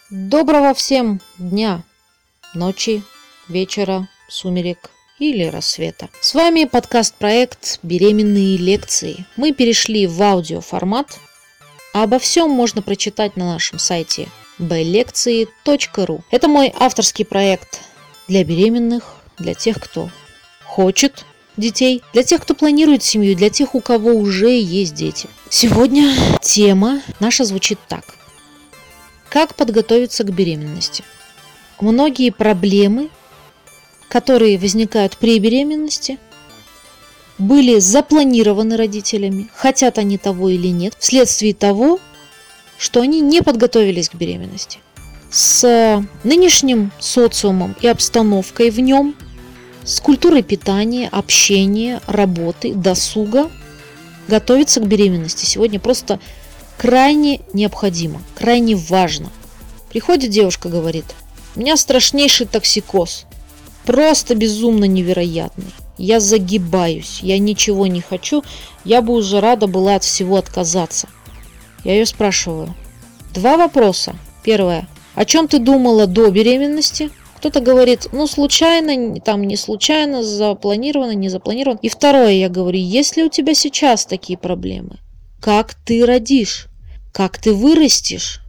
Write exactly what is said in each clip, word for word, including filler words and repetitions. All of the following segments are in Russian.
Доброго всем дня, ночи, вечера, сумерек или рассвета. С вами подкаст-проект «Беременные лекции». Мы перешли в аудиоформат, а обо всем можно прочитать на нашем сайте би лекции точка ру. Это мой авторский проект для беременных, для тех, кто хочет детей, для тех, кто планирует семью, для тех, у кого уже есть дети. Сегодня тема наша звучит так. Как подготовиться к беременности? Многие проблемы, которые возникают при беременности, были запланированы родителями, хотят они того или нет, вследствие того, что они не подготовились к беременности. С нынешним социумом и обстановкой в нем, с культурой питания, общения, работы, досуга, готовиться к беременности сегодня просто крайне необходимо, крайне важно. Приходит девушка, говорит, у меня страшнейший токсикоз, просто безумно невероятный. Я загибаюсь, я ничего не хочу, я бы уже рада была от всего отказаться. Я ее спрашиваю. Два вопроса. Первое. О чем ты думала до беременности? Кто-то говорит, ну случайно, там не случайно, запланировано, не запланировано. И второе, я говорю, есть ли у тебя сейчас такие проблемы? Как ты родишь? Как ты вырастешь?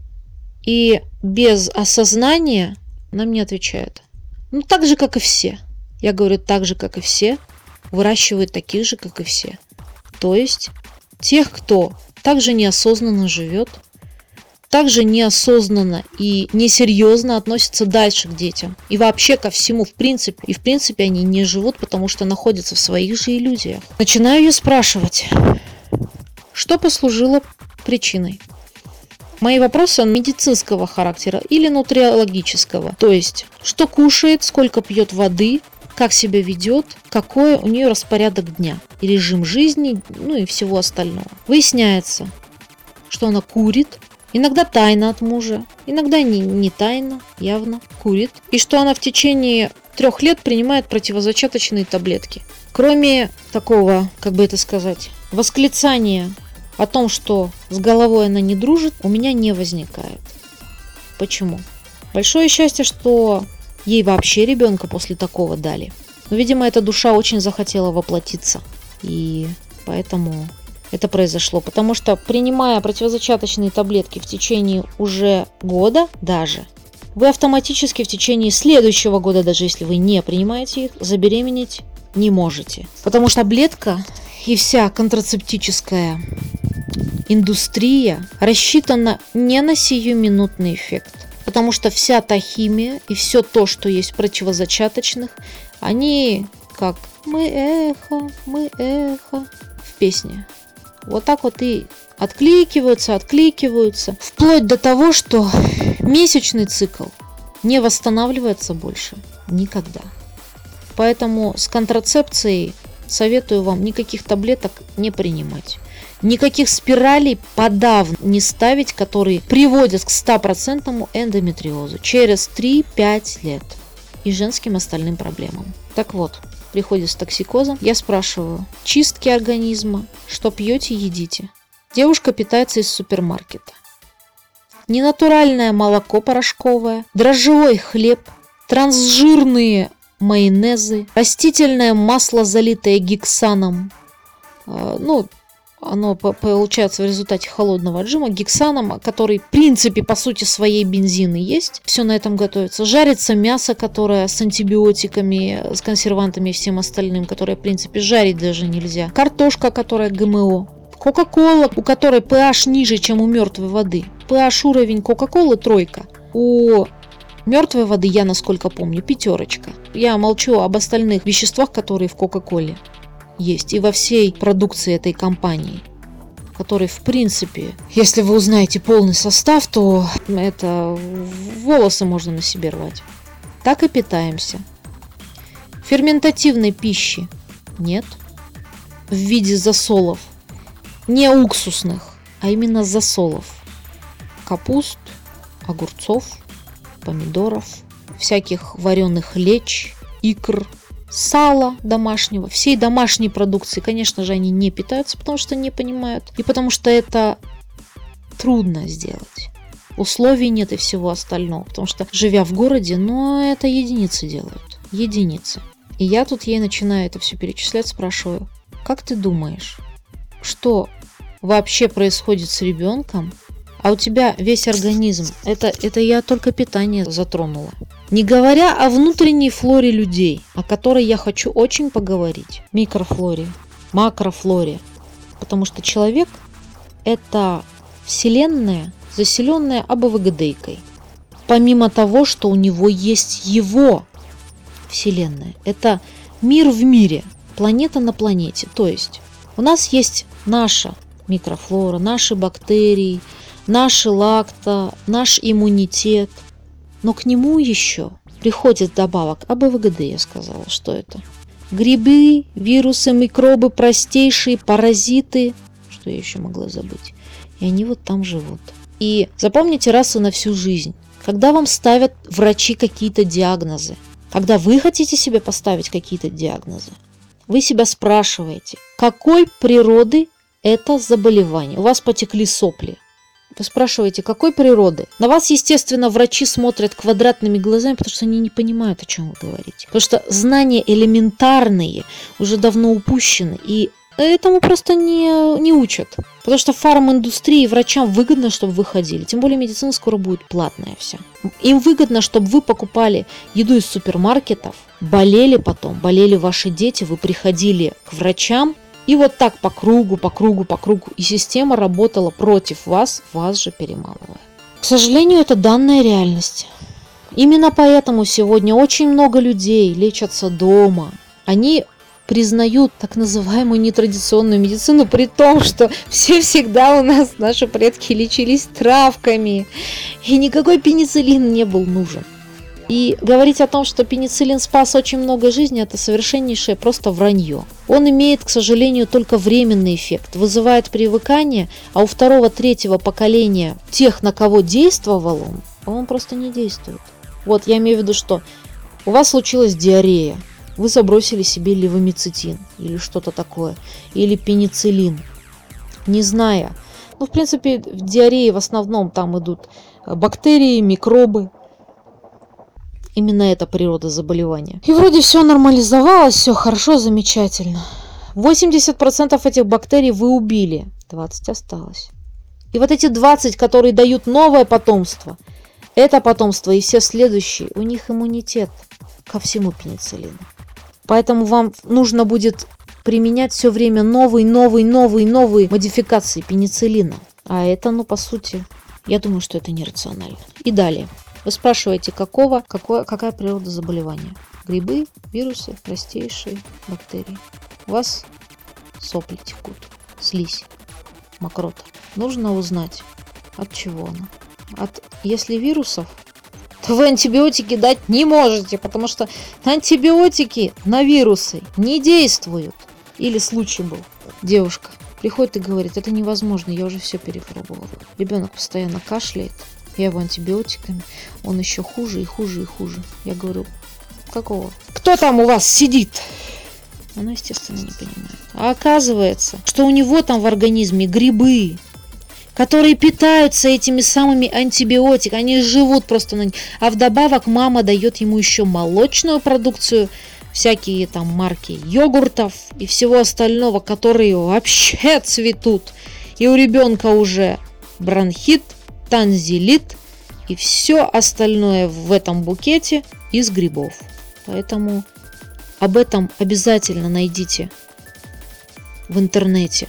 И без осознания она мне отвечает. Ну, так же, как и все. Я говорю, так же, как и все, выращивают таких же, как и все. То есть, тех, кто также неосознанно живет, также неосознанно и несерьезно относится дальше к детям. И вообще ко всему, в принципе. И в принципе они не живут, потому что находятся в своих же иллюзиях. Начинаю ее спрашивать. Что послужило причиной? Мои вопросы медицинского характера или нутриологического. То есть, что кушает, сколько пьет воды, как себя ведет, какой у нее распорядок дня, и режим жизни, ну и всего остального. Выясняется, что она курит, иногда тайно от мужа, иногда не, не тайно, явно курит, и что она в течение трех лет принимает противозачаточные таблетки. Кроме такого, как бы это сказать, восклицания о том, что с головой она не дружит, у меня не возникает. Почему? Большое счастье, что ей вообще ребенка после такого дали. Но, видимо, эта душа очень захотела воплотиться. И поэтому это произошло. Потому что, принимая противозачаточные таблетки в течение уже года даже, вы автоматически в течение следующего года, даже если вы не принимаете их, забеременеть не можете. Потому что таблетка и вся контрацептическая индустрия рассчитана не на сиюминутный эффект. Потому что вся та химия и все то, что есть в противозачаточных, они как «мы эхо, мы эхо» в песне. Вот так вот и откликиваются, откликиваются. Вплоть до того, что месячный цикл не восстанавливается больше никогда. Поэтому с контрацепцией советую вам никаких таблеток не принимать. Никаких спиралей подавно не ставить, которые приводят к стопроцентному эндометриозу через три-пять лет и женским остальным проблемам. Так вот, приходит с токсикозом, я спрашиваю, чистки организма, что пьете, едите. Девушка питается из супермаркета. Ненатуральное молоко порошковое, дрожжевой хлеб, трансжирные майонезы, растительное масло, залитое гексаном, ну, оно получается в результате холодного отжима гексаном, который в принципе по сути своей бензин и есть. Все на этом готовится. Жарится мясо, которое с антибиотиками, с консервантами и всем остальным, которое в принципе жарить даже нельзя. Картошка, которая ГМО. Кока-кола, у которой pH ниже, чем у мертвой воды. pH уровень Кока-колы тройка. У мертвой воды, я насколько помню, пятерочка. Я молчу об остальных веществах, которые в Кока-коле есть и во всей продукции этой компании, который в принципе, если вы узнаете полный состав, то это волосы можно на себе рвать. Так и питаемся. Ферментативной пищи нет в виде засолов, не уксусных, а именно засолов, капуст, огурцов, помидоров, всяких вареных леч, икр, сала домашнего, всей домашней продукции. Конечно же, они не питаются, потому что не понимают. И потому что это трудно сделать. условий нет и всего остального. Потому что, живя в городе, ну, это единицы делают. Единицы. И я тут ей начинаю это все перечислять, спрашиваю, как ты думаешь, что вообще происходит с ребенком? А у тебя весь организм, это, это я только питание затронула. Не говоря о внутренней флоре людей, о которой я хочу очень поговорить. Микрофлоре, макрофлоре. Потому что человек – это вселенная, заселенная АБВГДейкой. Помимо того, что у него есть его вселенная. Это мир в мире, планета на планете. То есть у нас есть наша микрофлора, наши бактерии, наши лакта, наш иммунитет. Но к нему еще приходит добавок АБВГД, я сказала, что это. Грибы, вирусы, микробы, простейшие паразиты. Что я еще могла забыть? И они вот там живут. И запомните раз и на всю жизнь. Когда вам ставят врачи какие-то диагнозы, когда вы хотите себе поставить какие-то диагнозы, вы себя спрашиваете, какой природы это заболевание. У вас потекли сопли. Вы спрашиваете, какой природы? На вас, естественно, врачи смотрят квадратными глазами, потому что они не понимают, о чем вы говорите. Потому что знания элементарные уже давно упущены, и этому просто не, не учат. Потому что фарминдустрии врачам выгодно, чтобы вы ходили. Тем более медицина скоро будет платная вся. Им выгодно, чтобы вы покупали еду из супермаркетов, болели потом, болели ваши дети, вы приходили к врачам, и вот так по кругу, по кругу, по кругу. И система работала против вас, вас же перемалывая. К сожалению, это данная реальность. Именно поэтому сегодня очень много людей лечатся дома. Они признают так называемую нетрадиционную медицину, при том, что все всегда у нас, наши предки, лечились травками. И никакой пенициллин не был нужен. И говорить о том, что пенициллин спас очень много жизней, это совершеннейшее просто вранье. Он имеет, к сожалению, только временный эффект, вызывает привыкание, а у второго, третьего поколения тех, на кого действовал он, он просто не действует. Вот, я имею в виду, что у вас случилась диарея, вы забросили себе левомицетин или что-то такое, или пенициллин, не зная. Ну, в принципе, в диарее в основном там идут бактерии, микробы. Именно это природа заболевания. И вроде все нормализовалось, все хорошо, замечательно. восемьдесят процентов этих бактерий вы убили, двадцать осталось. И вот эти двадцать, которые дают новое потомство, это потомство и все следующие, у них иммунитет ко всему пенициллину. Поэтому вам нужно будет применять все время новые, новые, новые, новые модификации пенициллина. А это, ну, по сути, я думаю, что это нерационально. И далее. Вы спрашиваете, какого, какое, какая природа заболевания? Грибы, вирусы, простейшие бактерии. У вас сопли текут, слизь, мокрота. Нужно узнать, от чего она. От, если вирусов, то вы антибиотики дать не можете, потому что антибиотики на вирусы не действуют. Или случай был. Девушка приходит и говорит, это невозможно, я уже все перепробовала. Ребенок постоянно кашляет. Я его антибиотиками, он еще хуже и хуже и хуже. Я говорю, какого? Кто там у вас сидит? Она, естественно, не понимает. А оказывается, что у него там в организме грибы, которые питаются этими самыми антибиотиками. Они живут просто на них. А вдобавок мама дает ему еще молочную продукцию, всякие там марки йогуртов и всего остального, которые вообще цветут. И у ребенка уже бронхит, танзелит и все остальное в этом букете из грибов. Поэтому об этом обязательно найдите в интернете.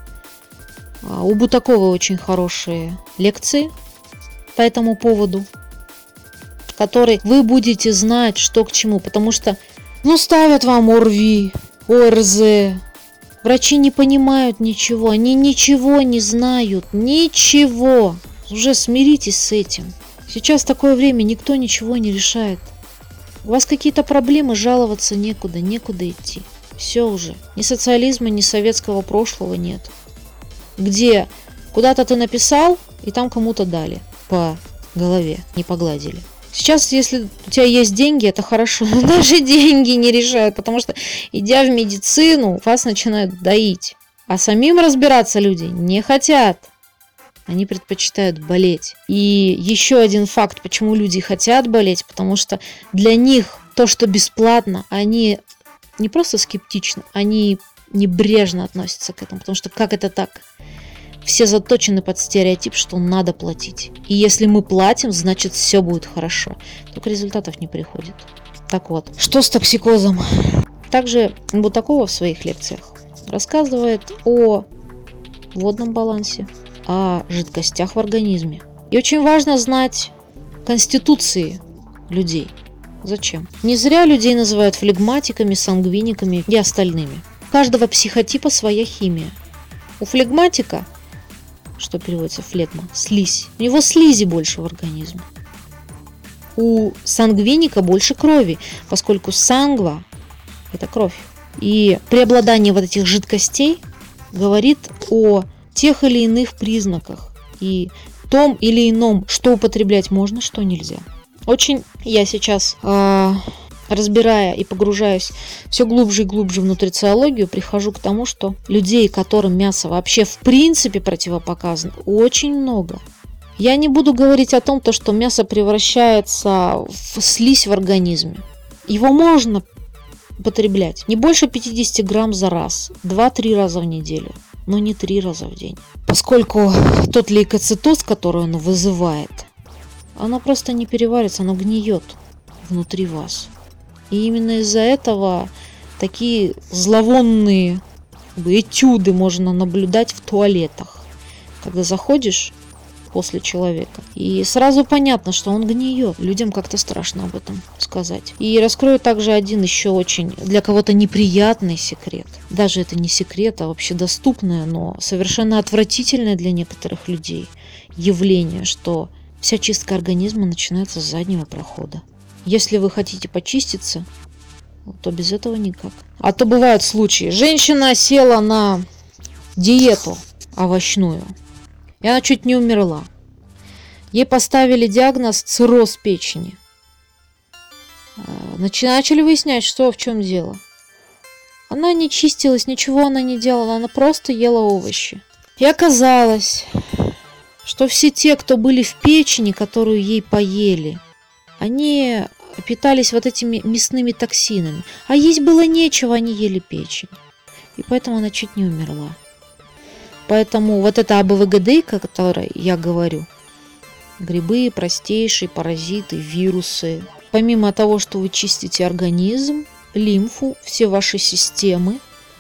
У Бутакова очень хорошие лекции по этому поводу, в которой вы будете знать, что к чему. Потому что, ну, ставят вам ОРВИ, ОРЗ. Врачи не понимают ничего, они ничего не знают, ничего. Уже смиритесь с этим. Сейчас такое время, никто ничего не решает. У вас какие-то проблемы, жаловаться некуда, некуда идти. Все уже. Ни социализма, ни советского прошлого нет. Где куда-то ты написал, и там кому-то дали по голове, не погладили. Сейчас, если у тебя есть деньги, это хорошо, но даже деньги не решают, потому что, идя в медицину, вас начинают доить. А самим разбираться люди не хотят. Они предпочитают болеть. И еще один факт, почему люди хотят болеть, потому что для них то, что бесплатно, они не просто скептичны, они небрежно относятся к этому, потому что как это так? Все заточены под стереотип, что надо платить. И если мы платим, значит все будет хорошо. Только результатов не приходит. Так вот, что с токсикозом? Также Бутакова в своих лекциях рассказывает о водном балансе, о жидкостях в организме. И очень важно знать конституции людей. Зачем? Не зря людей называют флегматиками, сангвиниками и остальными. У каждого психотипа своя химия. У флегматика, что переводится флегма, слизь. У него слизи больше в организме. У сангвиника больше крови, поскольку сангва – это кровь. И преобладание вот этих жидкостей говорит о тех или иных признаках и том или ином, что употреблять можно, что нельзя. Очень я сейчас, э, разбирая и погружаясь все глубже и глубже в нутрициологию, прихожу к тому, что людей, которым мясо вообще в принципе противопоказано, очень много. Я не буду говорить о том, что мясо превращается в слизь в организме. Его можно употреблять не больше пятьдесят грамм за раз, два-три раза в неделю, но не три раза в день. Поскольку тот лейкоцитоз, который он вызывает, оно просто не переварится, оно гниет внутри вас. И именно из-за этого такие зловонные этюды можно наблюдать в туалетах, когда заходишь после человека. И сразу понятно, что он гниет. Людям как-то страшно об этом сказать. И раскрою также один еще очень для кого-то неприятный секрет. Даже это не секрет, а вообще доступное, но совершенно отвратительное для некоторых людей явление, что вся чистка организма начинается с заднего прохода. Если вы хотите почиститься, то без этого никак. А то бывают случаи. Женщина села на диету овощную, и она чуть не умерла. Ей поставили диагноз цирроз печени. Начали выяснять, что в чем дело. Она не чистилась, ничего она не делала, она просто ела овощи. И оказалось, что все те, кто были в печени, которую ей поели, они питались вот этими мясными токсинами. А есть было нечего, они ели печень. И поэтому она чуть не умерла. Поэтому вот эта АБВГД, о которой я говорю, грибы, простейшие паразиты, вирусы. Помимо того, что вы чистите организм, лимфу, все ваши системы,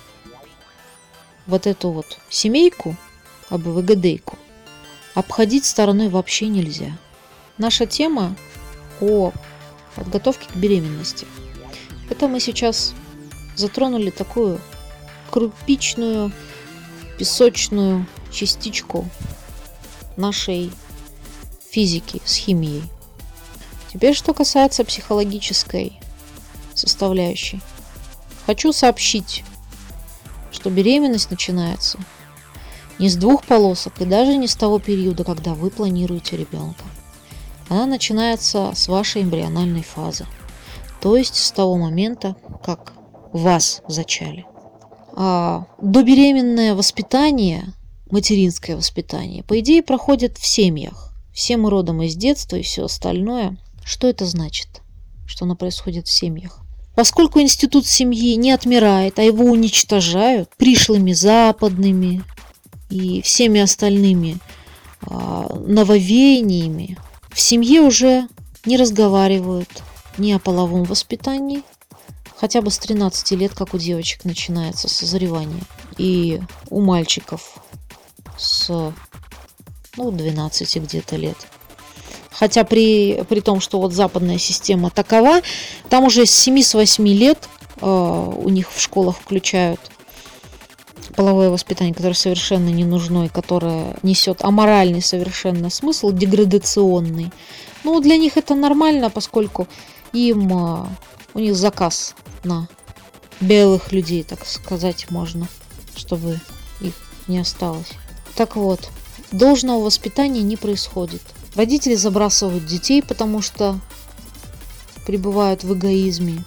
вот эту вот семейку, АБВГД-ку, обходить стороной вообще нельзя. Наша тема о подготовке к беременности. Это мы сейчас затронули такую крупичную песочную частичку нашей физики с химией. Теперь, что касается психологической составляющей. Хочу сообщить, что беременность начинается не с двух полосок и даже не с того периода, когда вы планируете ребенка. Она начинается с вашей эмбриональной фазы, то есть с того момента, как вас зачали. А добеременное воспитание, материнское воспитание, по идее, проходит в семьях. Все мы родом из детства и все остальное. Что это значит, что оно происходит в семьях? Поскольку институт семьи не отмирает, а его уничтожают пришлыми западными и всеми остальными а, нововеяниями, в семье уже не разговаривают ни о половом воспитании, хотя бы с тринадцати лет, как у девочек начинается созревание, и у мальчиков с ну, двенадцати где-то лет. Хотя при, при том, что вот западная система такова, там уже с семи-восьми лет э, у них в школах включают половое воспитание, которое совершенно не нужно и которое несет аморальный совершенно смысл, деградационный. Ну, для них это нормально, поскольку им, э, у них заказ на белых людей, так сказать, можно, чтобы их не осталось. Так вот, должного воспитания не происходит. Родители забрасывают детей, потому что пребывают в эгоизме.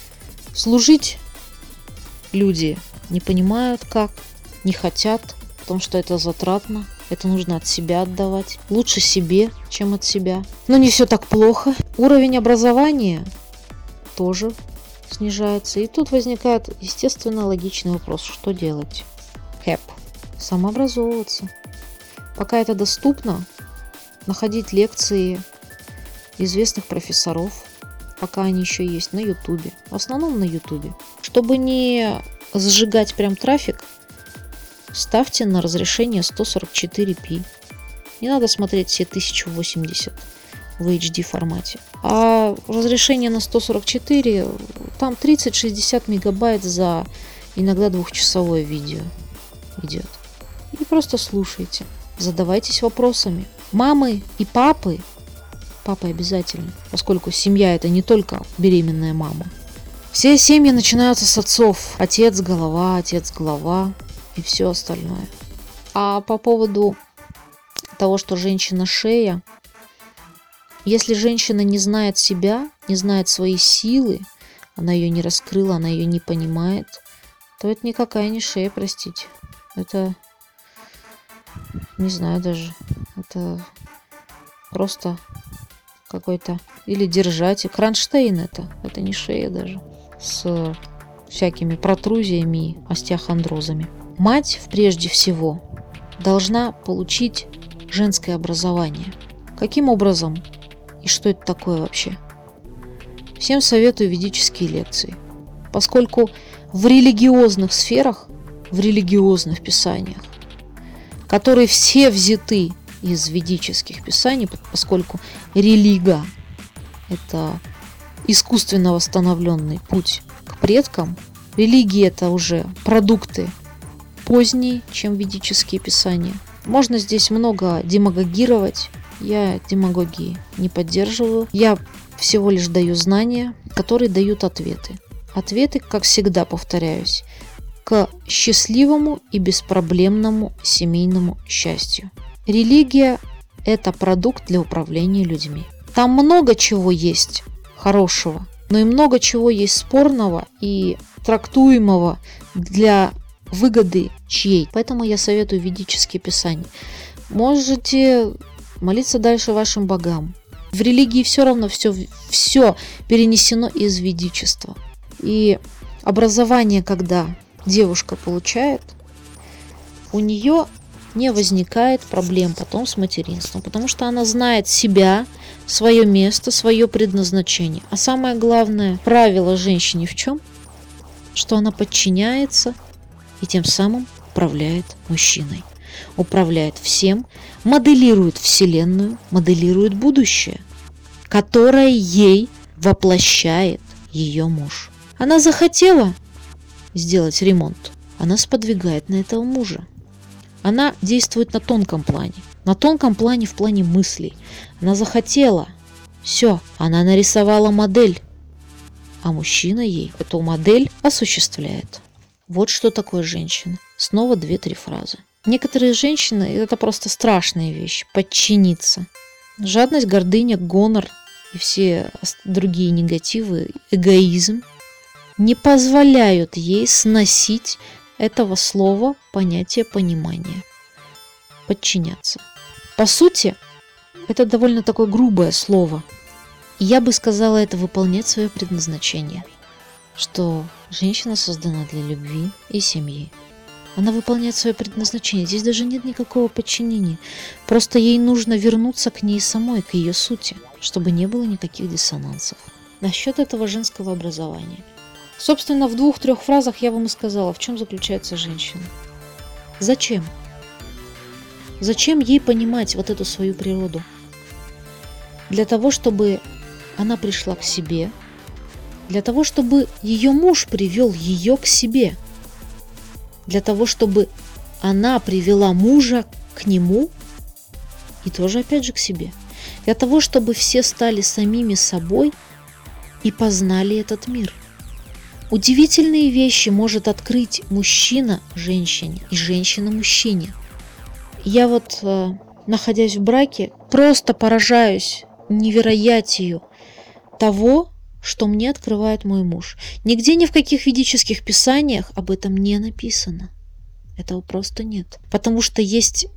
Служить люди не понимают как, не хотят, потому что это затратно. Это нужно от себя отдавать. Лучше себе, чем от себя. Но не все так плохо. Уровень образования тоже снижается. И тут возникает, естественно, логичный вопрос. Что делать? Хэп. Самообразовываться. Пока это доступно, находить лекции известных профессоров, пока они еще есть на Ютубе. В основном на Ютубе. Чтобы не сжигать прям трафик, ставьте на разрешение сто сорок четыре пи. Не надо смотреть все тысяча восемьдесят в эйч ди формате. А разрешение на сто сорок четыре, там тридцать-шестьдесят мегабайт за иногда двухчасовое видео идет. И просто слушайте. Задавайтесь вопросами. Мамы и папы, папы обязательно, поскольку семья это не только беременная мама. Все семьи начинаются с отцов. Отец, голова, отец, голова и все остальное. А по поводу того, что женщина шея, если женщина не знает себя, не знает свои силы, она ее не раскрыла, она ее не понимает, то это никакая не шея, простите. Это, не знаю даже, это просто какой-то, или держатель. Кронштейн это, это не шея даже, с всякими протрузиями и остеохондрозами. Мать, прежде всего, должна получить женское образование. Каким образом? И что это такое вообще? Всем советую ведические лекции. Поскольку в религиозных сферах, в религиозных писаниях, которые все взяты из ведических писаний, поскольку релига – это искусственно восстановленный путь к предкам, религии – это уже продукты поздние, чем ведические писания. Можно здесь много демагогировать. Я демагогии не поддерживаю. Я всего лишь даю знания, которые дают ответы. Ответы, как всегда повторяюсь, к счастливому и беспроблемному семейному счастью. Религия – это продукт для управления людьми. Там много чего есть хорошего, но и много чего есть спорного и трактуемого для выгоды чьей. Поэтому я советую ведические писания. Можете молиться дальше вашим богам. В религии все равно все, все перенесено из ведичества. И образование, когда девушка получает, у нее не возникает проблем потом с материнством, потому что она знает себя, свое место, свое предназначение. А самое главное правило женщине в чем? Что она подчиняется и тем самым управляет мужчиной. Управляет всем, моделирует вселенную, моделирует будущее, которое ей воплощает ее муж. Она захотела сделать ремонт, она сподвигает на этого мужа. Она действует на тонком плане, на тонком плане в плане мыслей. Она захотела, все, она нарисовала модель, а мужчина ей эту модель осуществляет. Вот что такое женщина. Снова две-три фразы. Некоторые женщины, это просто страшная вещь, подчиниться. Жадность, гордыня, гонор и все другие негативы, эгоизм не позволяют ей сносить этого слова понятие понимания. Подчиняться. По сути, это довольно такое грубое слово. Я бы сказала, это выполнять свое предназначение. Что женщина создана для любви и семьи. Она выполняет свое предназначение. Здесь даже нет никакого подчинения. Просто ей нужно вернуться к ней самой, к ее сути, чтобы не было никаких диссонансов. Насчет этого женского образования. Собственно, в двух-трех фразах я вам и сказала, в чем заключается женщина. Зачем? Зачем ей понимать вот эту свою природу? Для того, чтобы она пришла к себе, для того, чтобы ее муж привел ее к себе, для того, чтобы она привела мужа к нему и тоже опять же к себе, для того, чтобы все стали самими собой и познали этот мир. Удивительные вещи может открыть мужчина женщине и женщина мужчине. Я вот, находясь в браке, просто поражаюсь невероятию того, что мне открывает мой муж. Нигде ни в каких ведических писаниях об этом не написано. Этого просто нет. Потому что есть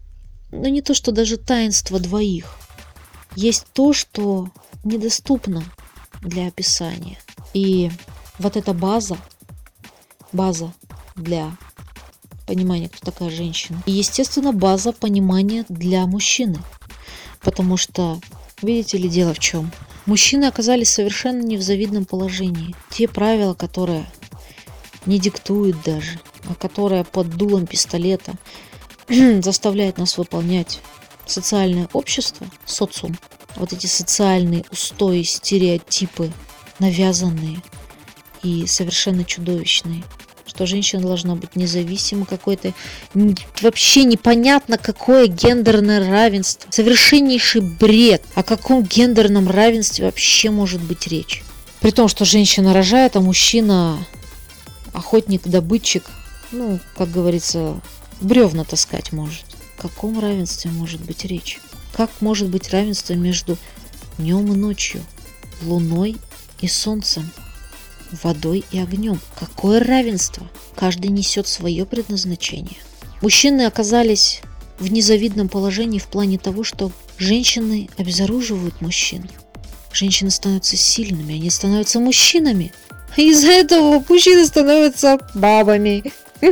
ну не то, что даже таинство двоих. Есть то, что недоступно для описания. И вот эта база, база для понимания, кто такая женщина. И, естественно, база понимания для мужчины. Потому что, видите ли, дело в чем? Мужчины оказались совершенно не в завидном положении. Те правила, которые не диктуют даже, а которые под дулом пистолета заставляют нас выполнять социальное общество, социум, вот эти социальные устои, стереотипы, навязанные и совершенно чудовищные, что женщина должна быть независима, какое-то вообще непонятно какое гендерное равенство, совершеннейший бред. О каком гендерном равенстве вообще может быть речь? При том, что женщина рожает, а мужчина охотник-добытчик, ну, как говорится, бревна таскать может. О каком равенстве может быть речь? Как может быть равенство между днем и ночью, луной и солнцем, водой и огнем? Какое равенство? Каждый несет свое предназначение. Мужчины оказались в незавидном положении в плане того, что женщины обезоруживают мужчин. Женщины становятся сильными, они становятся мужчинами. А из-за этого мужчины становятся бабами.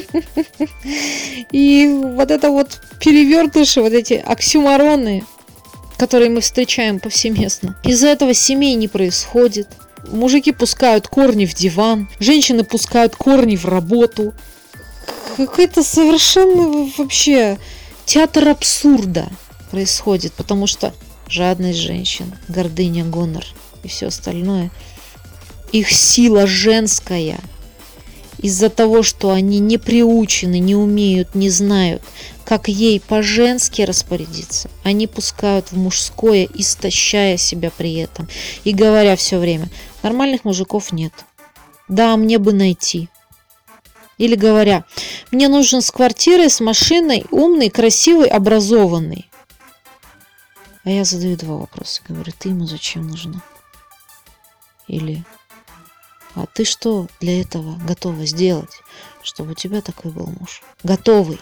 И вот это вот перевертыши, вот эти оксюмороны, которые мы встречаем повсеместно. Из-за этого семей не происходит. Мужики пускают корни в диван, женщины пускают корни в работу. Какой-то совершенно вообще театр абсурда происходит, потому что жадность женщин, гордыня, гонор и все остальное, их сила женская, из-за того, что они не приучены, не умеют, не знают, как ей по-женски распорядиться, они пускают в мужское, истощая себя при этом и говоря все время: нормальных мужиков нет. Да, мне бы найти. Или говоря: мне нужен с квартирой, с машиной, умный, красивый, образованный. А я задаю два вопроса. Говорю: ты ему зачем нужна? Или: а ты что для этого готова сделать, чтобы у тебя такой был муж? Готовый.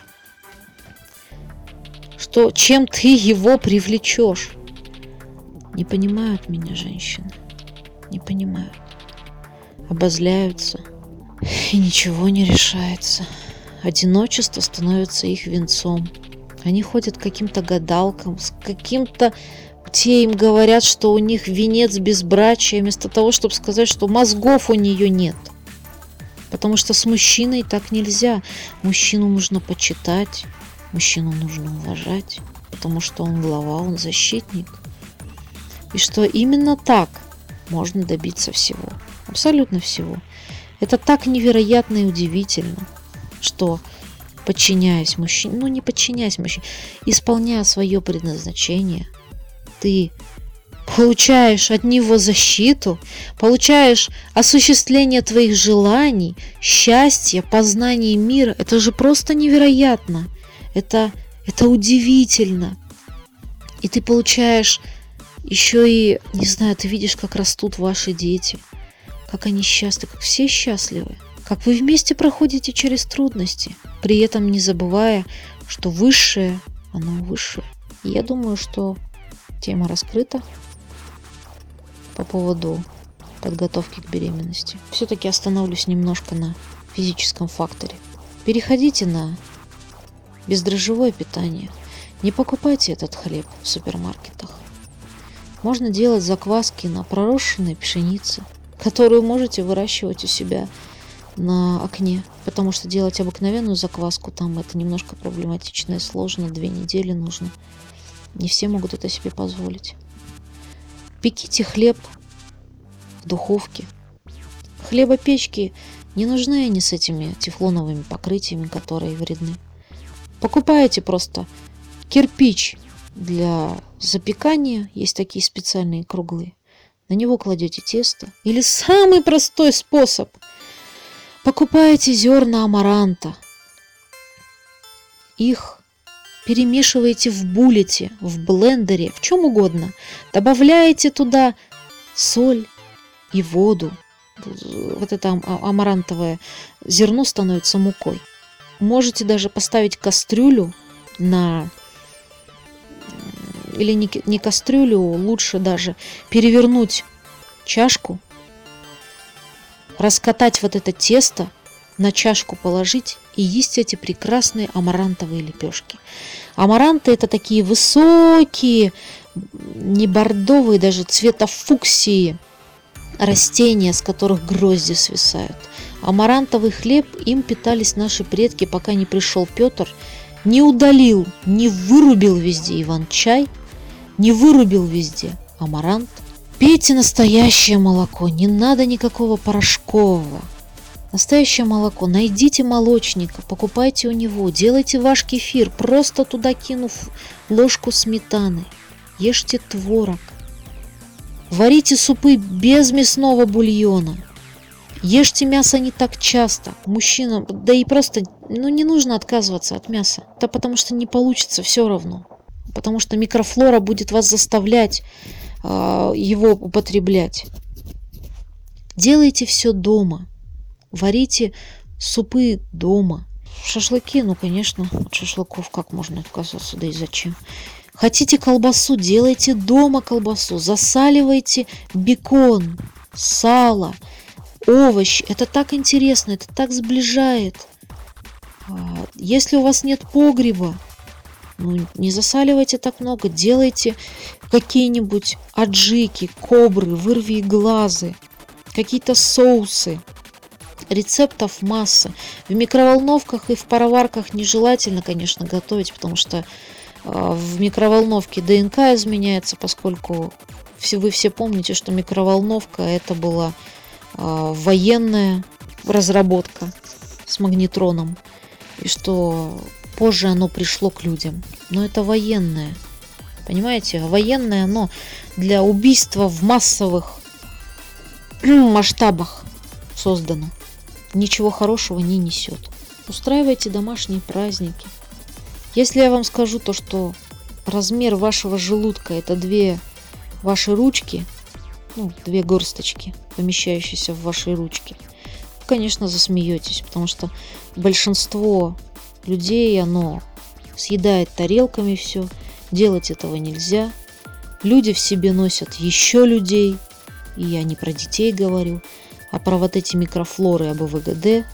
Что, чем ты его привлечешь? Не понимают меня женщины. Не понимают. Обозляются. И ничего не решается. Одиночество становится их венцом. Они ходят к каким-то гадалкам, с каким-то... Те им говорят, что у них венец безбрачия, вместо того, чтобы сказать, что мозгов у нее нет. Потому что с мужчиной так нельзя. Мужчину нужно почитать, мужчину нужно уважать, потому что он глава, он защитник. И что именно так можно добиться всего. Абсолютно всего. Это так невероятно и удивительно, что, подчиняясь мужчине, ну не подчиняясь мужчине, исполняя свое предназначение, ты получаешь от него защиту, получаешь осуществление твоих желаний, счастье, познание мира. Это же просто невероятно. Это, это удивительно. И ты получаешь еще и, не знаю, ты видишь, как растут ваши дети, как они счастливы, как все счастливы, как вы вместе проходите через трудности, при этом не забывая, что высшее, оно высшее. И я думаю, что тема раскрыта по поводу подготовки к беременности. Все-таки остановлюсь немножко на физическом факторе. Переходите на бездрожжевое питание. Не покупайте этот хлеб в супермаркетах. Можно делать закваски на пророщенной пшенице, которую можете выращивать у себя на окне. Потому что делать обыкновенную закваску там это немножко проблематично и сложно. Две недели нужно. Не все могут это себе позволить. Пеките хлеб в духовке. Хлебопечки не нужны они с этими тефлоновыми покрытиями, которые вредны. Покупаете просто кирпич для запекания. Есть такие специальные круглые. На него кладете тесто. Или самый простой способ. Покупаете зерна амаранта. Их перемешиваете в буллете, в блендере, в чем угодно. Добавляете туда соль и воду. Вот это амарантовое зерно становится мукой. Можете даже поставить кастрюлю на или не, не кастрюлю, лучше даже перевернуть чашку, раскатать вот это тесто, на чашку положить и есть эти прекрасные амарантовые лепешки. Амаранты это такие высокие, не бордовые, даже цвета фуксии растения, с которых грозди свисают. Амарантовый хлеб, им питались наши предки, пока не пришел Петр, не удалил, не вырубил везде иван-чай, не вырубил везде амарант. Пейте настоящее молоко, не надо никакого порошкового. Настоящее молоко. Найдите молочника, покупайте у него, делайте ваш кефир, просто туда кинув ложку сметаны. Ешьте творог. Варите супы без мясного бульона. Ешьте мясо не так часто. Мужчинам, да и просто, ну не нужно отказываться от мяса. Да потому что не получится все равно. Потому что микрофлора будет вас заставлять э, его употреблять. Делайте все дома. Варите супы дома. Шашлыки, ну конечно, от шашлыков как можно отказаться, да и зачем? Хотите колбасу, делайте дома колбасу. Засаливайте бекон, сало, овощи. Это так интересно, это так сближает. Если у вас нет погреба, ну, не засаливайте так много. Делайте какие-нибудь аджики, кобры, вырви глазы, какие-то соусы. Рецептов масса. В микроволновках и в пароварках нежелательно, конечно, готовить, потому что в микроволновке ДНК изменяется, поскольку вы все помните, что микроволновка это была военная разработка с магнетроном, и что позже оно пришло к людям. Но это военное. Понимаете? Военное оно для убийства в массовых масштабах создано. Ничего хорошего не несет. Устраивайте домашние праздники. Если я вам скажу то, что размер вашего желудка это две ваши ручки, ну, две горсточки, помещающиеся в вашей ручке, вы, конечно, засмеетесь, потому что большинство людей, оно съедает тарелками все, делать этого нельзя. Люди в себе носят еще людей, и я не про детей говорю, а про вот эти микрофлоры АБВГД,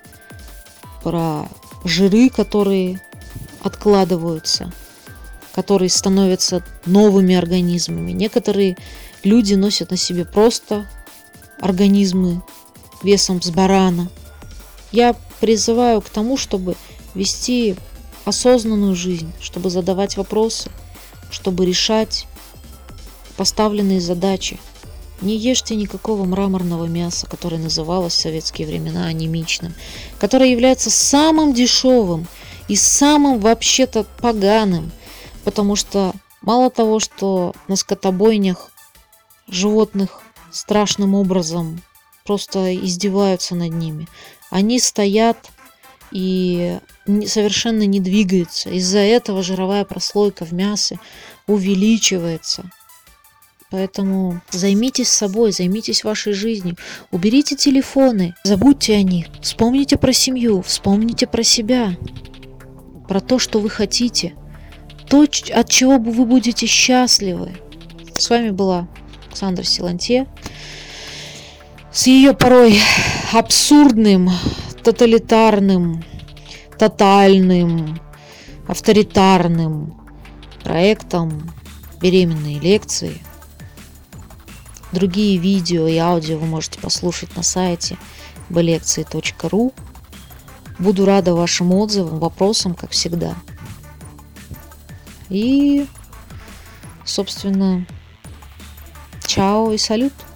про жиры, которые откладываются, которые становятся новыми организмами. Некоторые люди носят на себе просто организмы весом с барана. Я призываю к тому, чтобы вести осознанную жизнь, чтобы задавать вопросы, чтобы решать поставленные задачи. Не ешьте никакого мраморного мяса, которое называлось в советские времена анемичным, которое является самым дешевым и самым вообще-то поганым, потому что мало того, что на скотобойнях животных страшным образом просто издеваются над ними, они стоят и совершенно не двигаются. Из-за этого жировая прослойка в мясе увеличивается. Поэтому займитесь собой, займитесь вашей жизнью, уберите телефоны, забудьте о них, вспомните про семью, вспомните про себя, про то, что вы хотите, то, от чего вы будете счастливы. С вами была Оксандра Силантье с ее порой абсурдным, тоталитарным, тотальным, авторитарным проектом «Беременные лекции». Другие видео и аудио вы можете послушать на сайте бэ лекции точка ру. Буду рада вашим отзывам, вопросам, как всегда. И, собственно, чао и салют!